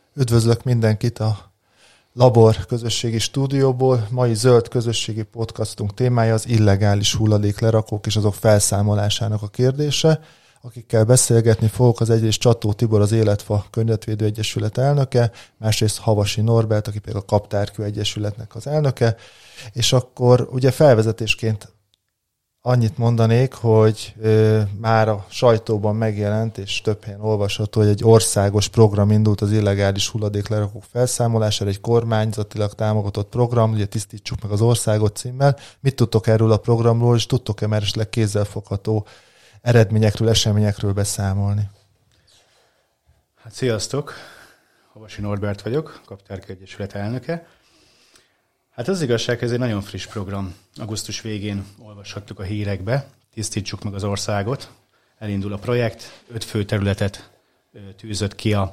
Üdvözlök mindenkit a Labor közösségi stúdióból. Mai zöld közösségi podcastunk témája az illegális hulladéklerakók és azok felszámolásának a kérdése. Akikkel beszélgetni fogok, az egyrészt Csató Tibor, az Életfa Környezetvédő Egyesület elnöke, másrészt Havasi Norbert, aki pedig a Kaptárkő Egyesületnek az elnöke. És akkor ugye felvezetésként annyit mondanék, hogy már a sajtóban megjelent, és több helyen olvasható, hogy egy országos program indult az illegális hulladéklerakók felszámolására, egy kormányzatilag támogatott program, ugye Tisztítsuk meg az országot címmel. Mit tudtok erről a programról, és tudtok-e már esetleg kézzelfogható eredményekről, eseményekről beszámolni? Hát sziasztok! Havasi Norbert vagyok, Kaptárkő Egyesület elnöke. Hát az igazság, ez egy nagyon friss program. Augusztus végén olvashattuk a hírekbe, Tisztítsuk meg az országot. Elindul a projekt, 5 fő területet tűzött ki a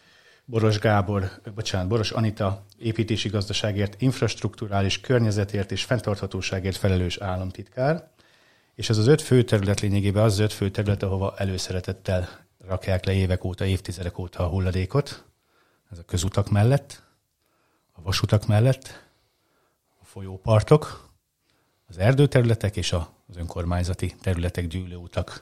Boros Anita építési gazdaságért, infrastrukturális, környezetért és fenntarthatóságért felelős államtitkár. És ez az 5 fő terület lényegében az 5 fő terület, ahova előszeretettel rakják le évek óta, évtizedek óta a hulladékot. Ez a közutak mellett, a vasutak mellett, folyópartok, az erdőterületek és az önkormányzati területek, gyűlőutak.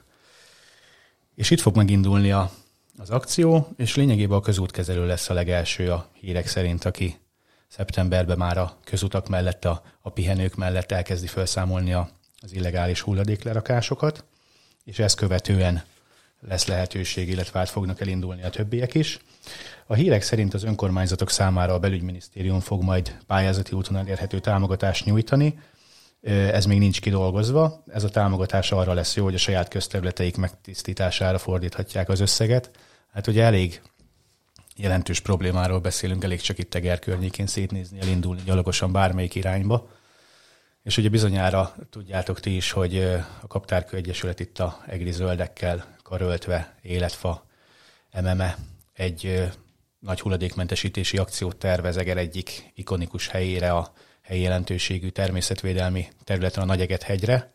És itt fog megindulni az akció, és lényegében a közútkezelő lesz a legelső a hírek szerint, aki szeptemberben már a közutak mellett, a pihenők mellett elkezdi felszámolni az illegális hulladéklerakásokat, és ezt követően lesz lehetőség, illetve át fognak elindulni a többiek is. A hírek szerint az önkormányzatok számára a belügyminisztérium fog majd pályázati úton elérhető támogatást nyújtani. Ez még nincs kidolgozva. Ez a támogatás arra lesz jó, hogy a saját közterületeik megtisztítására fordíthatják az összeget. Hát ugye elég jelentős problémáról beszélünk, elég csak itt Eger környékén szétnézni, elindulni gyalogosan bármelyik irányba. És ugye bizonyára tudjátok ti is, hogy a Kaptárkő Egyesület itt a egri zöldekkel karöltve, Életfa, MME egy nagy hulladékmentesítési akciót tervez Eger egyik ikonikus helyére, a helyi jelentőségű természetvédelmi területen, a Nagyeget-hegyre.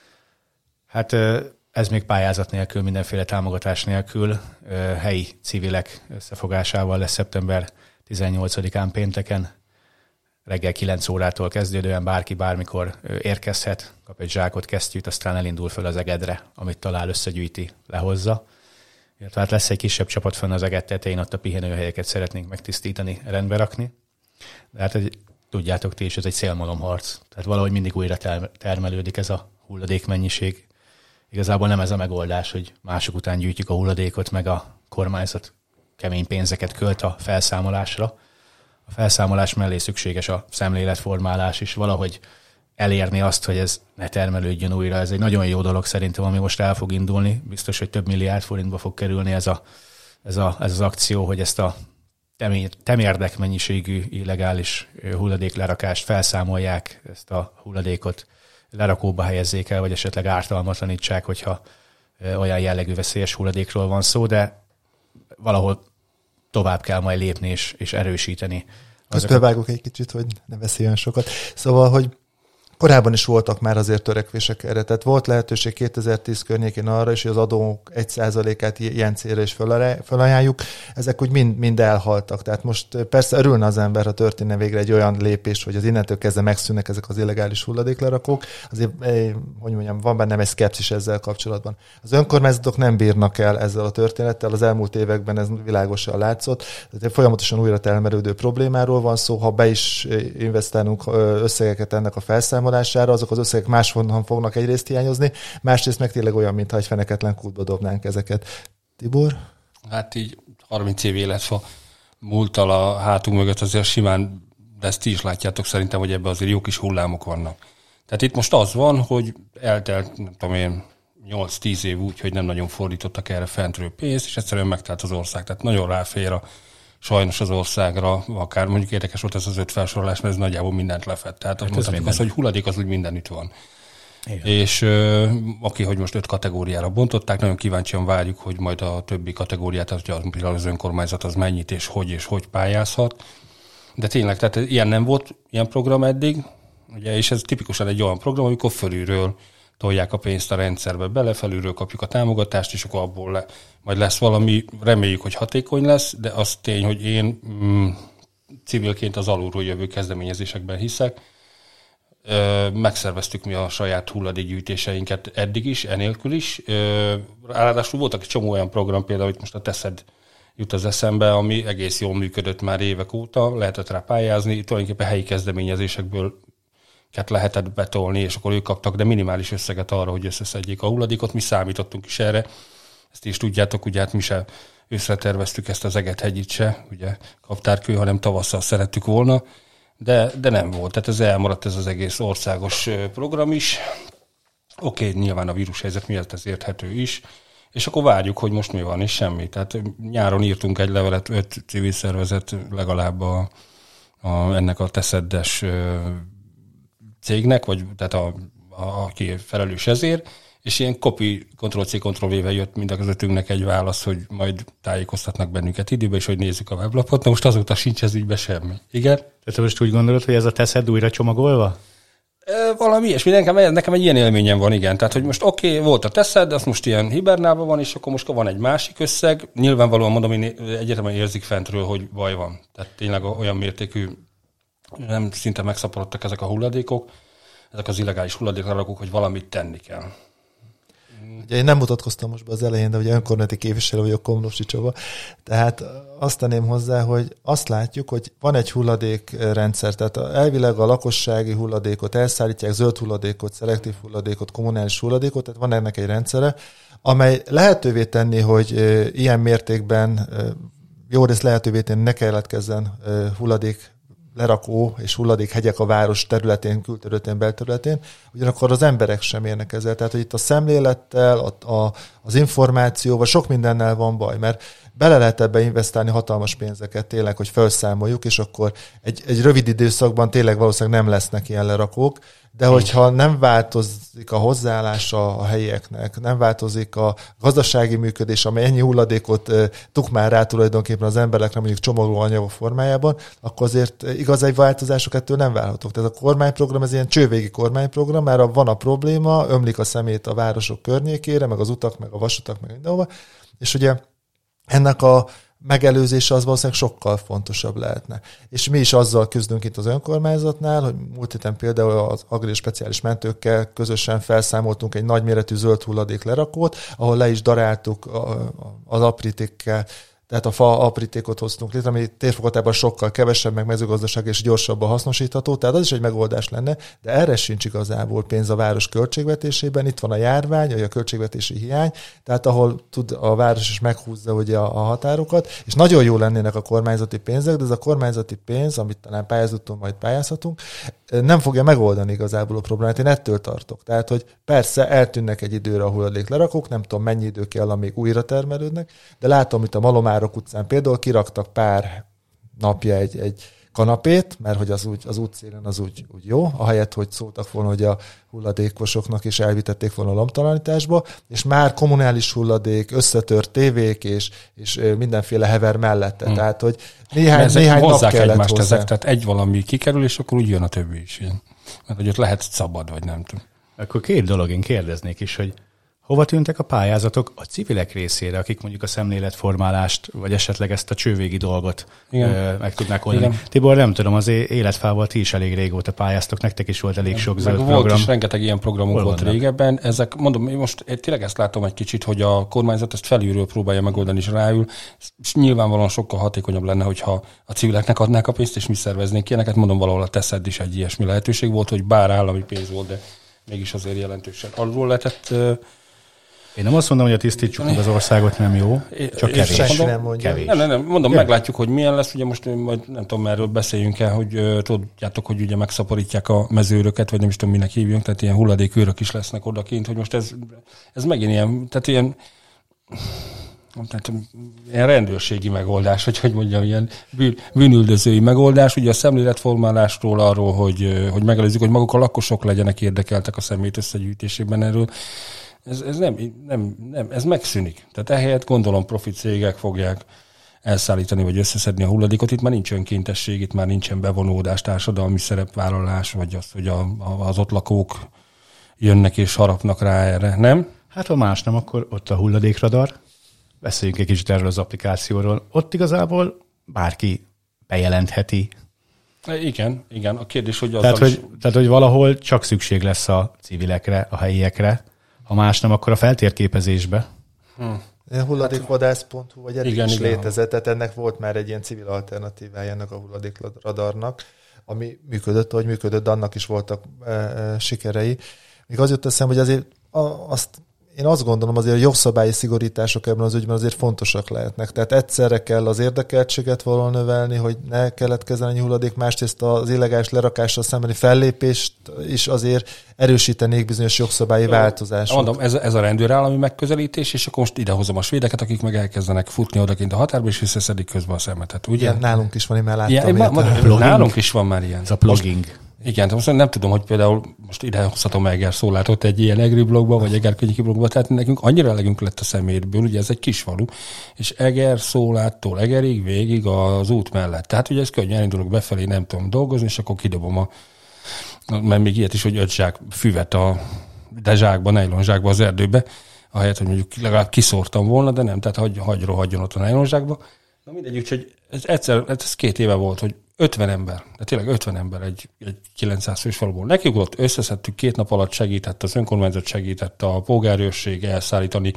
Hát ez még pályázat nélkül, mindenféle támogatás nélkül, helyi civilek összefogásával lesz szeptember 18-án pénteken, reggel 9 órától kezdődően bárki bármikor érkezhet, kap egy zsákot, kesztyűt, aztán elindul föl az Egedre, amit talál, összegyűjti, lehozza. Tehát lesz egy kisebb csapat fönn az Eged tetején, ott a pihenőhelyeket szeretnénk megtisztítani, rendbe rakni. De hát tudjátok ti is, ez egy szélmalomharc. Tehát valahogy mindig újra termelődik ez a hulladékmennyiség. Igazából nem ez a megoldás, hogy mások után gyűjtjük a hulladékot, meg a kormányzat kemény pénzeket költ a felszámolásra. A felszámolás mellé szükséges a szemléletformálás is, valahogy elérni azt, hogy ez ne termelődjön újra. Ez egy nagyon jó dolog szerintem, ami most el fog indulni. Biztos, hogy több milliárd forintba fog kerülni ez az akció, hogy ezt a temérdek mennyiségű illegális hulladéklerakást felszámolják, ezt a hulladékot lerakóba helyezzék el, vagy esetleg ártalmatlanítsák, hogyha olyan jellegű veszélyes hulladékról van szó, de valahol tovább kell majd lépni és erősíteni. Közbevágok egy kicsit, hogy ne veszélyen sokat. Szóval, hogy korábban is voltak már azért törekvések erre, tehát volt lehetőség 2010 környékén arra is, hogy az adók 1%-át ilyen célra is felajánljuk. Ezek úgy mind elhaltak. Tehát most persze örülne az ember, ha történne végre egy olyan lépés, hogy az innentől kezdve megszűnnek ezek az illegális hulladéklerakók. Azért, hogy mondjam, van bennem egy szkepszis ezzel kapcsolatban. Az önkormányzatok nem bírnak el ezzel a történettel, az elmúlt években ez világosan látszott. Tehát folyamatosan újra termelődő problémáról van szó, ha be is investálunk összegeket ennek a felszámolására, azok az összegek máshonnan fognak egyrészt hiányozni, másrészt meg tényleg olyan, mintha egy feneketlen kútba dobnánk ezeket. Tibor? Hát így 30 év Életfa múlttal a hátunk mögött azért simán, de ezt ti is látjátok szerintem, hogy ebben azért jó kis hullámok vannak. Tehát itt most az van, hogy eltelt, nem tudom én, 8-10 év úgy, hogy nem nagyon fordítottak erre fentről pénzt, és egyszerűen megtelt az ország. Tehát nagyon ráfér sajnos az országra, akár mondjuk érdekes volt ez az 5 felsorolás, mert ez nagyjából mindent lefett. Tehát hát mondhatjuk azt, hogy hulladék az úgy mindenütt van. Igen. És aki, hogy most 5 kategóriára bontották, nagyon kíváncsian várjuk, hogy majd a többi kategóriát, például az önkormányzat az mennyit és hogy pályázhat. De tényleg, tehát ilyen nem volt, ilyen program eddig, ugye, és ez tipikusan egy olyan program, amikor fölülről tolják a pénzt a rendszerbe bele, felülről kapjuk a támogatást, és akkor abból majd lesz valami, reméljük, hogy hatékony lesz, de az tény, hogy én civilként az alulról jövő kezdeményezésekben hiszek. Megszerveztük mi a saját hulladékgyűjtéseinket eddig is, enélkül is. Ráadásul voltak egy csomó olyan program, például itt most a Teszed jut az eszembe, ami egész jól működött már évek óta, lehetett rá pályázni, tulajdonképpen helyi kezdeményezésekből lehetett betolni, és akkor ők kaptak, de minimális összeget arra, hogy összeszedjék a hulladékot. Mi számítottunk is erre, ezt is tudjátok, ugye hát mi se őszre terveztük ezt az Eget-hegyit se, ugye kaptárkő, hanem tavasszal szerettük volna, de nem volt. Tehát ez elmaradt ez az egész országos program is. Oké, nyilván a vírushelyzet miatt ez érthető is, és akkor várjuk, hogy most mi van, és semmi. Tehát nyáron írtunk egy levelet, 5 civil szervezet legalább ennek a Teszeddes cégnek, vagy tehát aki felelős ezért, és ilyen copy, Ctrl-C, Ctrl-V-vel jött mind a közöttünknek egy válasz, hogy majd tájékoztatnak bennünket időben, és hogy nézzük a weblapot. Na most azóta sincs ez ügyben semmi. Igen? Tehát most úgy gondolod, hogy ez a Teszed újra csomagolva? Valami ilyesmi, nekem egy ilyen élményem van, igen. Tehát, hogy most oké, volt a Teszed, de az most ilyen hibernában van, és akkor most van egy másik összeg. Nyilvánvalóan mondom, hogy egyetemen érzik fentről, hogy baj van. Tehát tényleg olyan mértékű, nem szinte megszaporodtak ezek a hulladékok, ezek az illegális hulladéklerakók, hogy valamit tenni kell. Ugye én nem mutatkoztam most be az elején, de ugye önkormányzati képviselő vagyok, Komlósi Csaba. Tehát azt tenném hozzá, hogy azt látjuk, hogy van egy hulladékrendszer, tehát elvileg a lakossági hulladékot elszállítják, zöld hulladékot, szelektív hulladékot, kommunális hulladékot, tehát van ennek egy rendszere, amely lehetővé tenni, hogy ilyen mértékben jó rész lehetővé tenni, ne keletkezzen hulladék lerakó és hulladékhegyek a város területén, külterületén, belterületén, ugyanakkor az emberek sem érnek ezzel. Tehát, hogy itt a szemlélettel, az információval, sok mindennel van baj, mert bele lehet ebbe investálni hatalmas pénzeket tényleg, hogy felszámoljuk, és akkor egy rövid időszakban tényleg valószínűleg nem lesznek ilyen lerakók, de hogyha nem változik a hozzáállás a helyieknek, nem változik a gazdasági működés, amely ennyi hulladékot tukmál rá tulajdonképpen az emberekre, mondjuk csomagolóanyagok formájában, akkor azért igazi változások ettől nem várhatók. Tehát a kormányprogram, ez ilyen csővégi kormányprogram, már van a probléma, ömlik a szemét a városok környékére, meg az utak, meg a vasutak, meg mindenhova, és ugye ennek a megelőzése az valószínűleg sokkal fontosabb lehetne. És mi is azzal küzdünk itt az önkormányzatnál, hogy múlt héten például az agri speciális mentőkkel közösen felszámoltunk egy nagyméretű zöld hulladék lerakót, ahol le is daráltuk az aprítékkel, tehát a fa aprítékot hoztunk létre, ami térfogatában sokkal kevesebb, meg mezőgazdaság és gyorsabban hasznosítható, tehát az is egy megoldás lenne, de erre sincs igazából pénz a város költségvetésében. Itt van a járvány, vagy a költségvetési hiány, tehát ahol tud a város is meghúzza ugye a határokat, és nagyon jó lennének a kormányzati pénzek, de ez a kormányzati pénz, amit talán pályázaton majd pályázhatunk, nem fogja megoldani igazából a problémát. Én ettől tartok. Tehát, hogy persze eltűnnek egy időre a hulladék lerakók, nem tudom mennyi idő kell, amíg újra termelődnek, de látom, hogy a Malomárok utcán például kiraktak pár napja egy kanapét, mert hogy az útszélen az úgy jó, ahelyett, hogy szóltak volna, hogy a hulladékosoknak is elvitették volna a lomtalanításba, és már kommunális hulladék, összetört tévék és mindenféle hever mellette. Tehát, hogy néhány nap kellett hozzá. Ezek, tehát egy valami kikerül, és akkor úgy jön a többi is. Ilyen. Mert hogy ott lehet szabad, vagy nem tudom. Akkor két dolog, én kérdeznék is, hogy hova tűntek a pályázatok a civilek részére, akik mondjuk a szemléletformálást, vagy esetleg ezt a csővégi dolgot meg tudnák oldani? Igen. Tibor, nem tudom, az életfával ti is elég régóta pályáztok, nektek is volt elég sok zöld program. Volt is rengeteg ilyen programunk volt régebben. Ezek, mondom, most én tényleg ezt látom egy kicsit, hogy a kormányzat ezt felülről próbálja megoldani, és ráül. És nyilvánvalóan sokkal hatékonyabb lenne, hogyha a civileknek adnák a pénzt, és mi szerveznénk ilyeneket. Mondom, valahol a Teszed is egy ilyesmi lehetőség volt, hogy bár állami pénz volt, de mégis azért jelentősen alulról lehetett. Én nem azt mondom, hogy a tisztítsuk meg az országot nem jó, csak kevés. Nem. Mondom, meglátjuk, hogy milyen lesz. Ugye most majd nem tudom, erről beszéljünk el, hogy tudjátok, hogy ugye megszaporítják a mezőröket, vagy nem is tudom, minek hívjunk, tehát ilyen hulladékőrök is lesznek odakint, hogy most ez megint ilyen, tehát ilyen rendőrségi megoldás, hogy mondjam, ilyen bűnüldözői megoldás. Ugye a szemléletformálásról arról, hogy megelőzzük, hogy maguk a lakosok legyenek érdekeltek a szemét összegyűjtésében erről. Ez ez megszűnik. Tehát ehelyett gondolom profit cégek fogják elszállítani, vagy összeszedni a hulladékot. Itt már nincs önkéntesség, itt már nincsen bevonódás, társadalmi szerepvállalás, vagy az, hogy az ott lakók jönnek és harapnak rá erre, nem? Hát ha más nem, akkor ott a hulladékradar. Beszéljünk egy kicsit erről az applikációról. Ott igazából bárki bejelentheti. Igen. A kérdés, hogy Tehát, hogy valahol csak szükség lesz a civilekre, a helyiekre. Ha más nem, akkor a feltérképezésbe. Hulladékvadász.hu vagy eddig is létezett, tehát ennek volt már egy ilyen civil alternatívája ennek a hulladékradarnak, ami működött, ahogy működött, de annak is voltak sikerei. Még az jött eszembe, hogy azért én azt gondolom, azért a jogszabályi szigorítások ebben az ügyben azért fontosak lehetnek. Tehát egyszerre kell az érdekeltséget valahol növelni, hogy ne keletkezzen ennyi hulladék, másrészt az illegális lerakással szembeni fellépést is azért erősítenék bizonyos jogszabályi változások. Mondom, ez a rendőrállami megközelítés, és akkor most idehozom a svédeket, akik meg elkezdenek futni odakint a határba, és visszaszedik közben a szemetet. Ugye? Igen, nálunk is van, én már láttam. Nálunk is van már ilyen. Ez a plugging. Igen, most nem tudom, hogy például most ide hozhatom Eger szólátot egy ilyen Egri blogba, vagy Eger Könyvki blogba, tehát nekünk annyira elegünk lett a szemétből, ugye ez egy kis falu, és Eger szóláttól Egerig végig az út mellett. Tehát ugye ez könnyen elindulok befelé, nem tudom dolgozni, és akkor kidobom mert még ilyet is, hogy 5 zsák füvet de zsákba, nejlon zsákba az erdőbe, ahelyett, hogy mondjuk legalább kiszórtam volna, de nem, tehát hagyjon ott a nejlon zsákba. Na mindegy, úgyhogy ez 2 éve volt, hogy 50 ember, de tényleg 50 ember egy 900 fős faluból. Nekik ott összeszedtük 2 nap alatt, segített az önkormányzat, segített a polgárőrség elszállítani.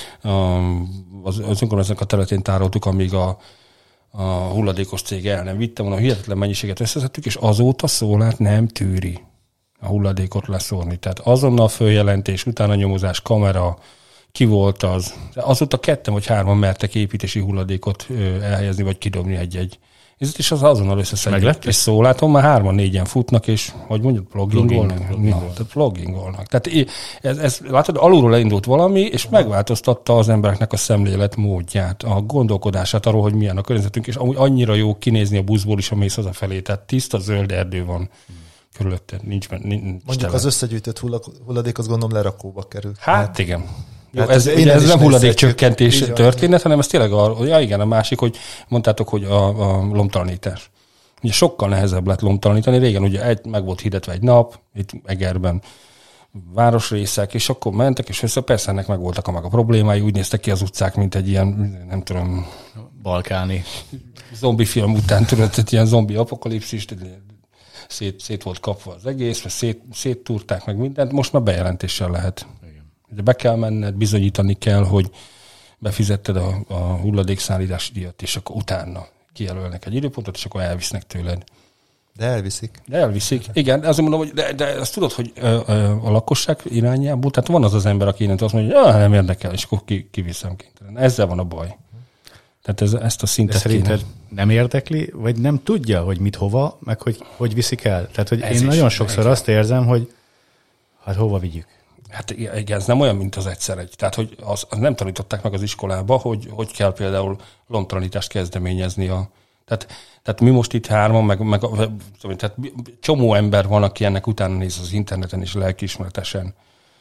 Az önkormányzatnak a területén tároltuk, amíg a hulladékos cég el nem vitte volna, hihetetlen mennyiséget összeszedtük, és azóta Szolát nem tűri a hulladékot leszórni. Tehát azonnal följelentés, utána nyomozás, kamera, ki volt az. Azóta 2 vagy 3 mertek építési hulladékot elhelyezni, vagy kidobni egy. És az azonnal összeszedjük. És Szóláton már 3-4-en futnak, és hogy mondjuk ploggingolnak. Tehát ez látod, alulról elindult valami, és megváltoztatta az embereknek a szemlélet módját, a gondolkodását arról, hogy milyen a környezetünk, és amúgy annyira jó kinézni a buszból is, amész hazafelé. Tehát tiszta zöld erdő van körülötted. Nincs mondjuk az összegyűjtött hulladék, azt gondolom lerakóba kerül. Hát igen. Jó, ez nem hulladékcsökkentés történet, hanem ez tényleg a másik, hogy mondtátok, hogy a lomtalanítás. Ugye sokkal nehezebb lett lomtalanítani. Régen ugye meg volt hirdetve egy nap, itt Egerben városrészek, és akkor mentek, és persze ennek meg voltak a problémái, úgy néztek ki az utcák, mint egy ilyen, nem tudom, balkáni zombi film után, tudod, egy ilyen zombi apokalipszis, szét volt kapva az egész, széttúrták meg mindent, most már bejelentéssel lehet. De be kell menned, bizonyítani kell, hogy befizetted a hulladékszállítási díjat, és akkor utána kijelölnek egy időpontot, és akkor elvisznek tőled. De elviszik. Igen, azért mondom, hogy de azt tudod, hogy a lakosság irányából, tehát van az ember, aki innentől azt mondja, hogy nem érdekel, és akkor kiviszem kénytelen. Ezzel van a baj. Tehát ezt a szintet de szerinted nem érdekli, vagy nem tudja, hogy mit hova, meg hogy viszik el? Tehát, hogy én nagyon sokszor azt érzem, hogy hát hova vigyük. Hát igen, ez nem olyan, mint az egyszer egy. Tehát, hogy az nem tanították meg az iskolába, hogy kell például lomtalanítást kezdeményezni. Tehát mi most itt 3, tehát csomó ember van, aki ennek utána néz az interneten, és lelkiismeretesen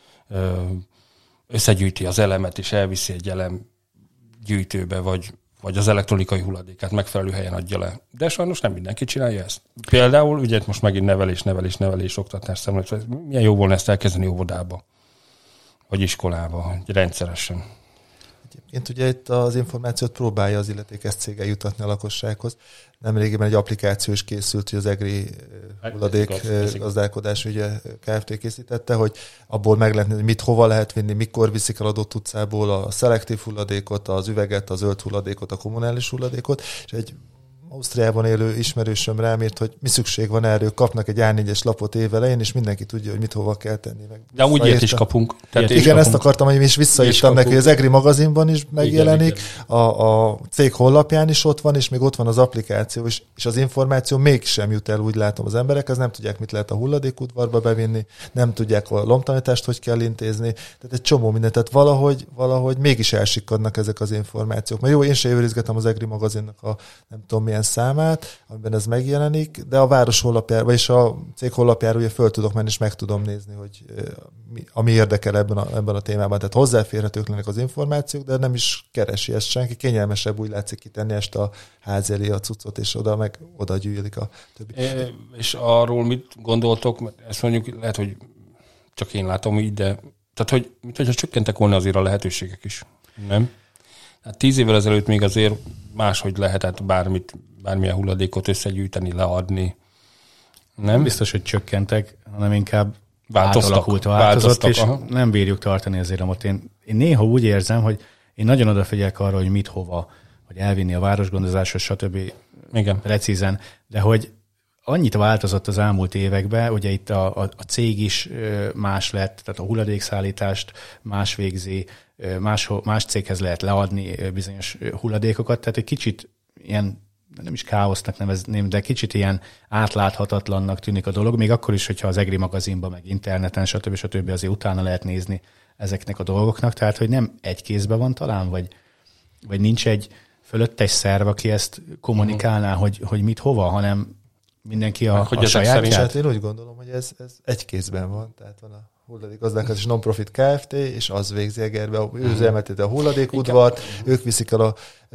összegyűjti az elemet, és elviszi egy elemgyűjtőbe, vagy az elektronikai hulladékát megfelelő helyen adja le. De sajnos nem mindenki csinálja ezt. Például, ugye most megint nevelés, oktatás szemlélet. Milyen jó volna ezt elkezdeni óvodába, vagy iskolába, rendszeresen. Egyébként ugye itt az információt próbálja az illetékes céggel jutatni a lakossághoz. Nemrégiben egy applikáció is készült, hogy az EGRI hulladék gazdálkodás ugye Kft. Készítette, hogy abból meg lehet nézni, mit hova lehet vinni, mikor viszik el adott utcából a szelektív hulladékot, az üveget, a zöld hulladékot, a kommunális hulladékot, és egy Ausztriában élő ismerősöm rám írt, hogy mi szükség van erről, kapnak egy A4-es lapot évelején, és mindenki tudja, hogy mit hova kell tenni. De úgy ilyet is kapunk. Igen, ezt akartam, hogy is visszaírtam neki, hogy az EGRI magazinban is megjelenik, igen. A cég honlapján is ott van, és még ott van az applikáció, és az információ mégsem jut el, úgy látom az emberek, az nem tudják, mit lehet a hulladékudvarba bevinni, nem tudják a lomtalanítást, hogy kell intézni, tehát egy csomó mindent, tehát valahogy mégis elsikkadnak ezek az információk. Mert jó, én sem őrizgetem az EGRI magazinnak a nem tudom milyen számát, amiben ez megjelenik, de a város honlapjára, vagyis a cég honlapjára ugye föl tudok menni, és meg tudom nézni, hogy ami érdekel ebben a témában. Tehát hozzáférhetők lennek az információk, de nem is keresi ezt senki. Kényelmesebb úgy látszik kitenni este a ház elé a cuccot, és oda gyűjlik a többi. És arról mit gondoltok? Ezt mondjuk lehet, hogy csak én látom így, de tehát, hogy mintha csökkentek volna azért a lehetőségek is. Nem? Hát 10 évvel ezelőtt még azért máshogy lehetett bármilyen hulladékot összegyűjteni, leadni. Nem biztos, hogy csökkentek, hanem inkább változott, és nem bírjuk tartani az iramot. Én néha úgy érzem, hogy én nagyon odafigyelek arra, hogy mit, hova, hogy elvinni a városgondozáshoz, stb. Igen. Precízen, de hogy annyit változott az elmúlt években, ugye itt a cég is más lett, tehát a hulladékszállítást más végzi, más céghez lehet leadni bizonyos hulladékokat, tehát egy kicsit ilyen, nem is káosznak nevezném, de kicsit ilyen átláthatatlannak tűnik a dolog, még akkor is, hogyha az EGRI magazinban, meg interneten, stb. Azért utána lehet nézni ezeknek a dolgoknak, tehát hogy nem egy kézben van talán, vagy nincs egy fölöttes szerv, aki ezt kommunikálná, hogy mit hova, hanem mindenki a sajátját. Hát én úgy gondolom, hogy ez egy kézben van, tehát van a hulladékgazdálkodás non-profit Kft., és az végzi Egerbe, ő üzemelteti a hulladékudvart, ők viszik el a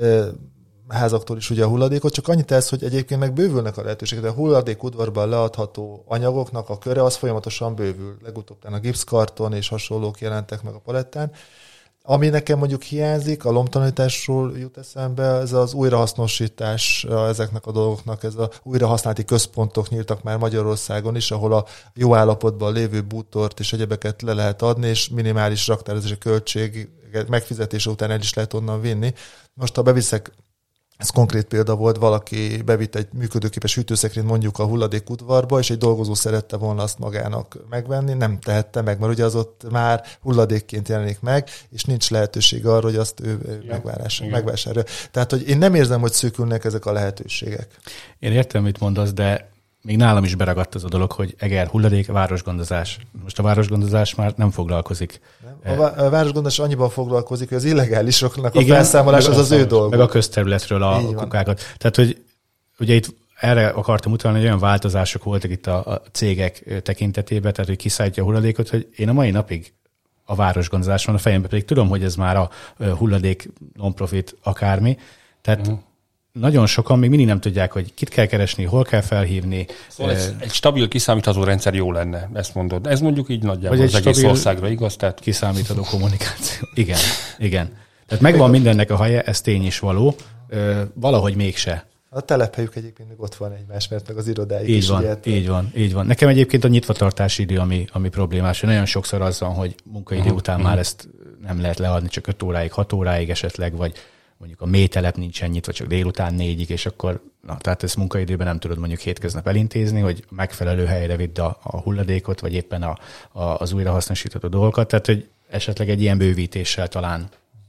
házaktól is ugye a hulladékot, csak annyit tesz, hogy egyébként meg bővülnek a lehetőségek, de a hulladékudvarban leadható anyagoknak a köre az folyamatosan bővül. Legutóbb a gipszkarton és hasonlók jelentek meg a palettán. Ami nekem mondjuk hiányzik, a lomtalanításról jut eszembe, ez az újrahasznosítás ezeknek a dolgoknak, ez a újrahasználati központok nyíltak már Magyarországon is, ahol a jó állapotban lévő bútort és egyebeket le lehet adni, és minimális raktározási költség megfizetése után el is lehet onnan vinni. Most ha beviszek, ez konkrét példa volt, valaki bevitt egy működőképes hűtőszekrényt mondjuk a hulladékudvarba, és egy dolgozó szerette volna azt magának megvenni, nem tehette meg, mert ugye az ott már hulladékként jelenik meg, és nincs lehetőség arra, hogy azt ő megvásárolja. Tehát, hogy én nem érzem, hogy szűkülnek ezek a lehetőségek. Én értem, mit mondasz, de még nálam is beragadt az a dolog, hogy Eger hulladék, városgondozás. Most a városgondozás már nem foglalkozik. Nem? A városgondozás annyiban foglalkozik, hogy az illegálisoknak a felszámolás az ő dolga. Meg a közterületről a kukákat. Tehát, hogy ugye itt erre akartam utalni, hogy olyan változások voltak itt a cégek tekintetében, tehát, hogy kiszállítja a hulladékot, hogy én a mai napig a városgondozás van a fejemben, pedig tudom, hogy ez már a hulladék non-profit akármi. Tehát nagyon sokan még mindig nem tudják, hogy kit kell keresni, hol kell felhívni. Szóval egy stabil kiszámítható rendszer jó lenne, ezt mondod. Ez mondjuk így nagyjából az egész országra igaz? Tehát... Kiszámítható kommunikáció. Igen. Tehát megvan mindennek a helye, ez tény is való, valahogy mégse. A telephelyük egyébként még ott van egymás, mert meg az irodáik így is. Így van. Nekem egyébként a nyitvatartási idő, ami problémás. Nagyon sokszor az van, hogy munkaidő után már ezt nem lehet leadni, csak 5 óráig, 6 óráig esetleg, vagy mondjuk a mélytelep nincsen nyitva, csak délután 4-ig, és akkor, tehát ezt munkaidőben nem tudod mondjuk hétköznap elintézni, hogy megfelelő helyre vidd a hulladékot, vagy éppen az újrahasznosítható dolgokat, tehát hogy esetleg egy ilyen bővítéssel talán.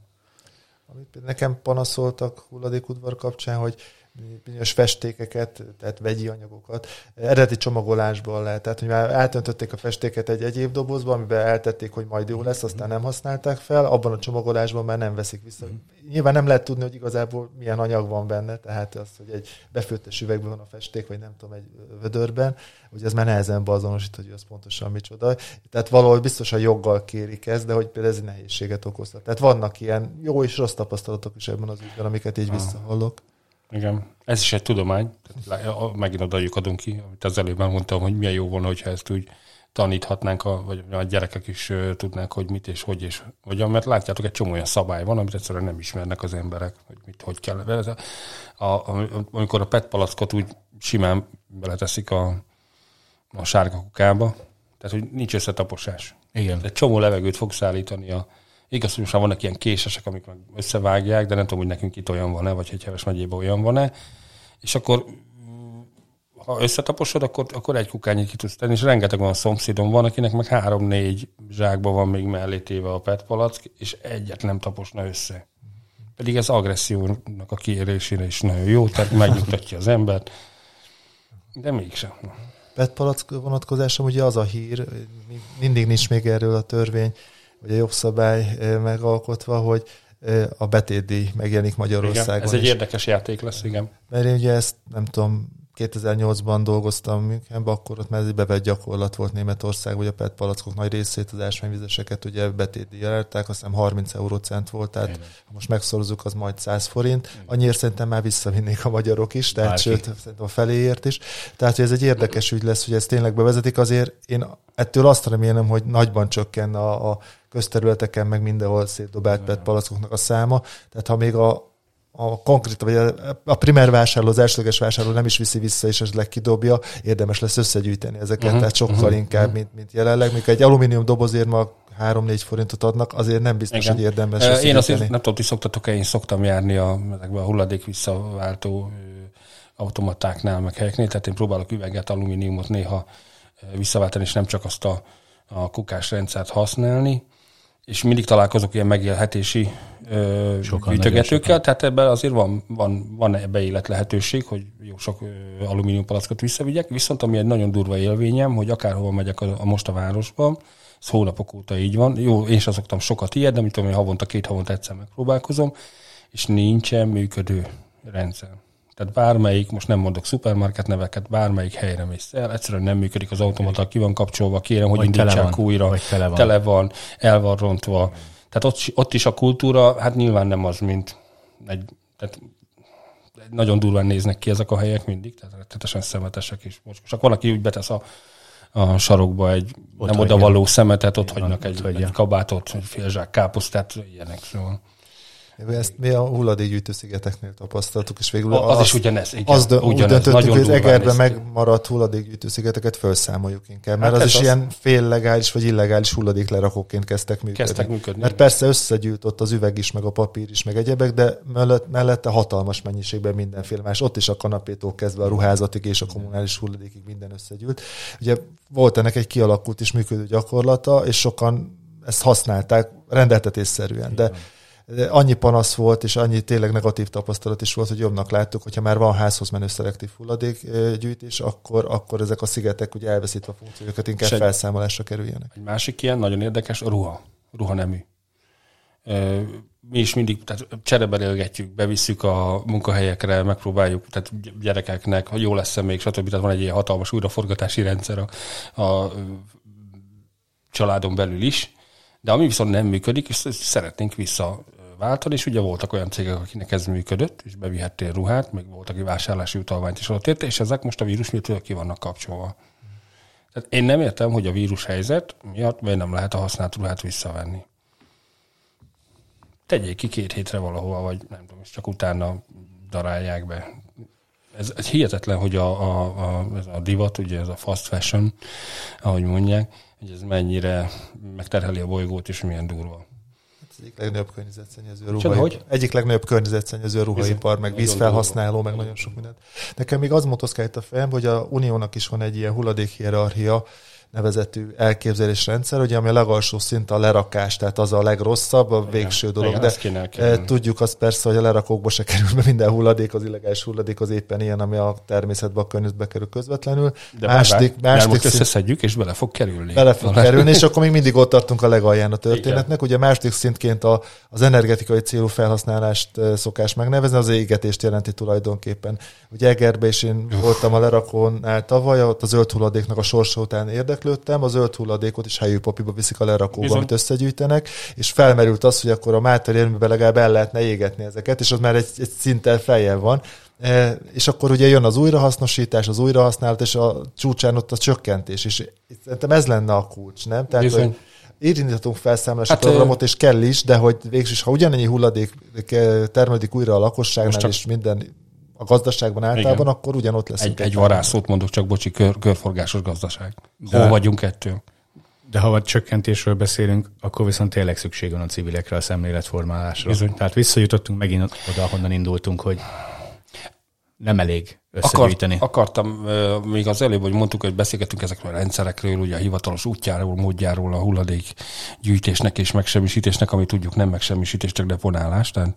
Amit nekem panaszoltak hulladékudvar kapcsán, hogy bizonyos festékeket, tehát vegyi anyagokat eredeti csomagolásból lehet. Tehát, hogy már eltöntötték a festéket egy egyéb dobozba, amiben eltették, hogy majd jó lesz, aztán nem használták fel, abban a csomagolásban már nem veszik vissza. Nyilván nem lehet tudni, hogy igazából milyen anyag van benne, tehát az, hogy egy befőttes üvegben van a festék, vagy nem tudom, egy vödörben, hogy ez már nehezen beazonosít, hogy az pontosan micsoda. Tehát valahol biztosan joggal kérik ezt, de hogy például ez egy nehézséget okozhat. Tehát vannak ilyen jó és rossz tapasztalatok is ebben az ügyben, amiket így visszahallok. Igen. Ez is egy tudomány. Megint odajuk adunk ki, amit az előbb mondtam, hogy milyen jó volna, hogyha ezt úgy taníthatnánk, vagy a gyerekek is tudnák, hogy mit és hogy, mert látjátok, egy csomó olyan szabály van, amit egyszerűen nem ismernek az emberek, hogy mit, hogy kell. Amikor a PET palackot úgy simán beleteszik a sárga kukába, tehát, hogy nincs összetaposás. Igen. Egy csomó levegőt fog szállítani igaz, hogy most már vannak ilyen késesek, amik meg összevágják, de nem tudom, hogy nekünk itt olyan van-e, vagy Hegyheves megyében olyan van-e. És akkor, ha összetaposod, akkor egy kukányit ki tudsz tenni, és rengeteg olyan szomszédom van, akinek meg 3-4 zsákban van még mellé téve a PET palack, és egyet nem taposna össze. Pedig ez agressziónak a kiérésére is nagyon jó, tehát megnyugtatja az embert, de mégsem. PET palack vonatkozásom ugye az a hír, mindig nincs még erről a törvény, vagy a jogszabály megalkotva, hogy a betétdíj megjelenik Magyarországon. Igen, ez egy érdekes játék lesz, igen. Mert én ugye ezt nem tudom, 2008-ban dolgoztam Münchenben, akkor ott már ez egy bevett gyakorlat volt Németország, hogy a PET palackok nagy részét, az ásványvizeseket ugye betétdíjjal eladták, aztán 30 eurocent volt, tehát ha most megszorozzuk, az majd 100 forint. Annyiért szerintem már visszavinnék a magyarok is, tehát sőt, szerintem a feléért is. Tehát, hogy ez egy érdekes ügy lesz, hogy ezt tényleg bevezetik, azért én ettől azt remélem, hogy nagyban csökken a közterületeken, meg mindenhol szétdobált PET palackoknak a száma. Tehát ha még a konkrét, vagy a primer vásárló, az elsődleges vásárló nem is viszi vissza, és esetleg kidobja, érdemes lesz összegyűjteni ezeket, tehát sokkal inkább, mint jelenleg. Mikor egy alumínium dobozért ma 3-4 forintot adnak, azért nem biztos, hogy érdemes összegyűjteni. Én azért nem tudom, hogy szoktatok-e, én szoktam járni ezekben a hulladék visszaváltó automatáknál, meg helyeknél, tehát én próbálok üveget, alumíniumot néha visszaváltani, és nem csak azt a kukás rendszert használni, és mindig találkozok ilyen megélhetési gyűjtögetőkkel, tehát ebben azért van beélet lehetőség, hogy jó sok alumínium palackot visszavigyek, viszont ami egy nagyon durva élményem, hogy akárhova megyek most a városban, ez hónapok óta így van, jó, én sem szoktam sokat ilyet, de mit tudom, hogy két havonta egyszer megpróbálkozom, és nincsen működő rendszer. Tehát bármelyik, most nem mondok szupermarket neveket, bármelyik helyre mész el, egyszerűen nem működik az automata, ki van kapcsolva, kérem, hogy indítsák újra, tele van, el van rontva. Tehát ott is a kultúra, hát nyilván nem az, mint tehát nagyon durván néznek ki ezek a helyek mindig, tehát rettetesen szemetesek is. Most van, aki úgy betesz a sarokba egy ott nem odavaló szemetet, ott hagynak egy kabátot, egy fél zsák káposztát, ilyenek, szóval. Ezt mi a hulladékgyűjtőszigeteknél tapasztaltuk, és végül az is ugyanez. Úgy döntöttük, hogy az Egerben megmaradt hulladékgyűjtőszigeteket felszámoljuk inkább, mert az is ilyen féllegális vagy illegális hulladéklerakóként kezdtek működni. Mert persze összegyűjt ott az üveg is, meg a papír is, meg egyebek, de mellette hatalmas mennyiségben mindenféle más. Ott is a kanapétól kezdve a ruházatig és a kommunális hulladékig minden összegyűlt. Ugye volt ennek egy kialakult és működő gyakorlata, és sokan ezt használták rendeltetésszerűen, de annyi panasz volt, és annyi tényleg negatív tapasztalat is volt, hogy jobbnak láttuk, hogyha már van házhoz menő szelektív hulladékgyűjtés, akkor ezek a szigetek ugye elveszítve a funkciójukat inkább felszámolásra kerüljenek. Egy másik ilyen nagyon érdekes, a ruhanemű. Mi is mindig tehát csereberélgetjük, bevisszük a munkahelyekre, megpróbáljuk, tehát gyerekeknek, hogy jó lesz még, stb. Tehát van egy ilyen hatalmas újraforgatási rendszer a családon belül is, de ami viszont nem működik, és szeretnénk visszaváltani, és ugye voltak olyan cégek, akinek ez működött, és bevihettél ruhát, meg volt, aki vásárlási utalványt is adott érte, és ezek most a vírus miatt ki vannak kapcsolva. Tehát én nem értem, hogy a vírus helyzet miatt miért nem lehet a használt ruhát visszavenni. Tegyék ki 2 hétre valahova, vagy nem tudom, és csak utána darálják be. Ez hihetetlen, hogy ez a divat, ugye ez a fast fashion, ahogy mondják, hogy ez mennyire megterheli a bolygót, és milyen durva. Ez egyik legnagyobb környezetszennyező ruhaipar. Egyik legnagyobb környezetszennyező ruhaipar, meg vízfelhasználó, meg nagyon sok mindent. Nekem még az motoszkált a fejem, hogy a Uniónak is van egy ilyen hulladékhierarchia nevezetű elképzelésrendszer, ugye, ami a legalsó szint a lerakás, tehát az a legrosszabb, a végső dolog. De tudjuk azt persze, hogy a lerakókba se kerül be minden hulladék, az illegális hulladék az éppen ilyen, ami a természetbe, a környezetbe kerül közvetlenül. De második most összeszedjük, és bele fog kerülni. Bele fog kerülni, és akkor még mindig ott tartunk a legalján a történetnek. Ugye második szintként az energetikai célú felhasználást szokás megnevezni, az égetést jelenti tulajdonképpen. Ugye Egerben is én voltam a lerakónál tavaly, ott a zöld hulladéknak a sorsa után érdeklődtem, a zöld hulladékot is helyű papiba viszik a lerakóba, amit összegyűjtenek, és felmerült az, hogy akkor a Máter érműben legalább el lehetne égetni ezeket, és az már egy szinttel feljebb van. És akkor ugye jön az újrahasznosítás, az újrahasználat, és a csúcsán ott a csökkentés, és szerintem ez lenne a kulcs, nem? Tehát, hogy érinthatunk felszámolási programot, és kell is, de hogy végsős, ha ugyanennyi hulladék termelődik újra a lakosságnál, és minden a gazdaságban általában, akkor ugyanott leszünk. Egy varázsszót mondok, csak bocsi, körforgásos gazdaság. Hol vagyunk ettől? De ha csökkentésről beszélünk, akkor viszont tényleg szükség van a civilekre, a szemléletformálásra. Bizony. Tehát visszajutottunk megint oda, ahonnan indultunk, hogy nem elég összegyűjteni. Akartam, még az előbb, hogy mondtuk, hogy beszélgetünk ezekről a rendszerekről, ugye a hivatalos útjáról, módjáról, a hulladékgyűjtésnek és megsemmisítésnek, ami tudjuk nem megsemmisítés, csak deponálás. Tehát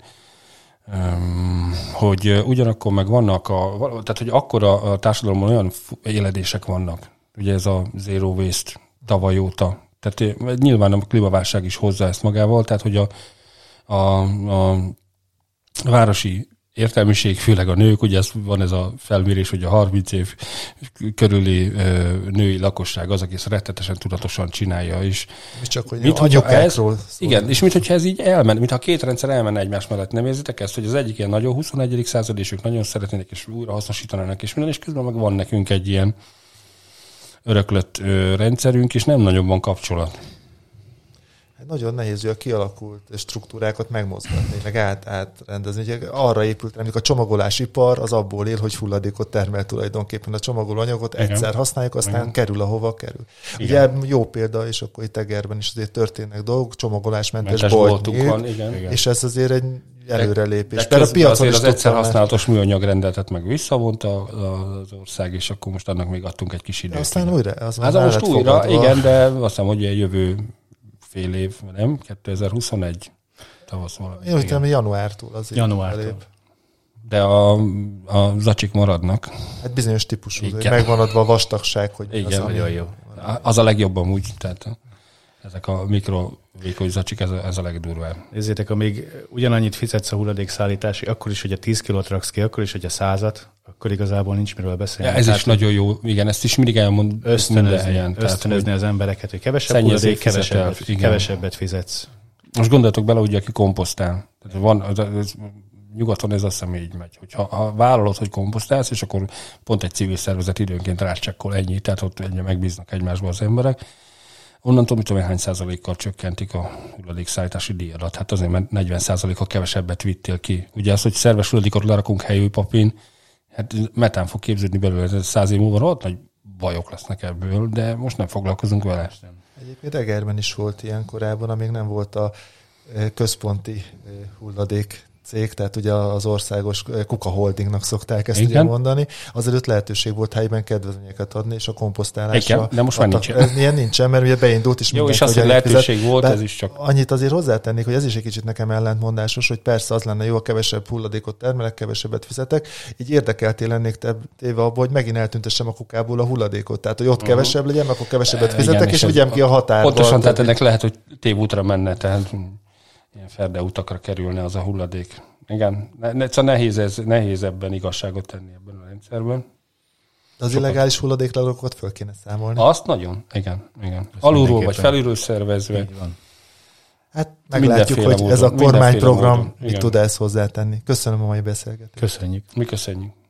hogy ugyanakkor meg vannak tehát hogy akkor a társadalomban olyan éledések vannak, ugye ez a zero waste tavaly óta, tehát nyilván a klímaválság is hozza ezt magával, tehát hogy a városi értelmiség, főleg a nők, ugye van ez a felmérés, hogy a 30 év körüli női lakosság az, aki ezt rettetesen tudatosan csinálja is. És csak, hogy anyukákról igen, és mintha ez így elmen, mintha a két rendszer elmenne egymás mellett. Nem érzitek ezt, hogy az egyik ilyen nagyon 21. század, és ők nagyon szeretnének, és újra hasznosítanának, és minden, és közben meg van nekünk egy ilyen öröklött rendszerünk, és nem nagyon van kapcsolat. Nagyon nehéz a kialakult struktúrákat megmozgatni, meg átrendezni. Ugye arra épült, mondjuk a csomagolásipar az abból él, hogy hulladékot termel tulajdonképpen. A csomagolóanyagot egyszer használjuk, aztán kerül, ahova kerül. Igen. Ugye jó példa, és akkor itt Egerben is azért történnek dolgok, csomagolásmentes boltunk van, és ez azért egy előrelépés. De a piacon azért az egyszer használatos műanyag rendeletet meg visszavonta az ország, és akkor most annak még adtunk egy kis időt. Aztán újra. Most újra, igen, de azt hiszem, hogy a jövő fél év, nem? 2021 tavasz valami. Én úgy tudom, januártól azért. Januártól. De a zacsik maradnak. Hát bizonyos típusú. Megvan adva a vastagság, hogy igen, az nagyon jó. Az a legjobb amúgy, tehát ezek a mikrovékony zacsik, ez a legdurvább. Nézzétek, amíg ugyanannyit fizetsz a hulladékszállítási, akkor is, hogy a 10 kilót raksz ki, akkor is, hogy a 100-at, akkor igazából nincs miről beszélni. Ja, ez is nagyon jó. Igen, ezt is mindig elmond ösztönözni az embereket, hogy kevesebb hulladék, kevesebbet fizetsz. Most gondoltok bele, hogy aki komposztál. Tehát nyugaton ez azt hiszem így megy. Hogyha vállalod, hogy komposztálsz, és akkor pont egy civil szervezet időnként rácsekkol ennyi, tehát ott megbíznak egymásba az emberek. Onnantól, mit tudom, hány százalékkal csökkentik a hulladékszállítási díjadat. Hát azért, mert 40%-kal kevesebbet vittél ki. Ugye az, hogy szerves hulladékot lerakunk helyőpapin, hát metán fog képződni belőle, 100 év múlva ott nagy bajok lesznek ebből, de most nem foglalkozunk vele. Egyébként Egerben is volt ilyen korábban, amíg nem volt a központi hulladék cég, tehát ugye az országos Kuka Holdingnak szokták ezt ugye mondani. Azelőtt lehetőség volt helyben kedvezményeket adni, és a komposztálásra. Igen, de most már nincsen. Ilyen nincsen, mert ugye beindult is mindenki. Jó, és az, hogy lehetőség volt, ez is csak. Annyit azért hozzátennék, hogy ez is egy kicsit nekem ellentmondásos, hogy persze az lenne jó, a kevesebb hulladékot termelek, kevesebbet fizetek, így érdekelté lennék téve abból, hogy megint eltüntessem a kukából a hulladékot. Tehát, hogy ott kevesebb legyen, akkor kevesebbet fizetek, és vigyem ki a határba. Pontosan, tehát ennek lehet, hogy tévútra menne, tehát ilyen ferde utakra kerülne az a hulladék. Igen, nehéz ebben igazságot tenni ebben a rendszerben. De az illegális hulladéklerakókat föl kéne számolni. Azt nagyon, igen. Alulról vagy felülről szervezve. Így van. Hát meglátjuk, hogy ez a kormányprogram mit tud ezt hozzátenni. Köszönöm a mai beszélgetést. Köszönjük. Mi köszönjük.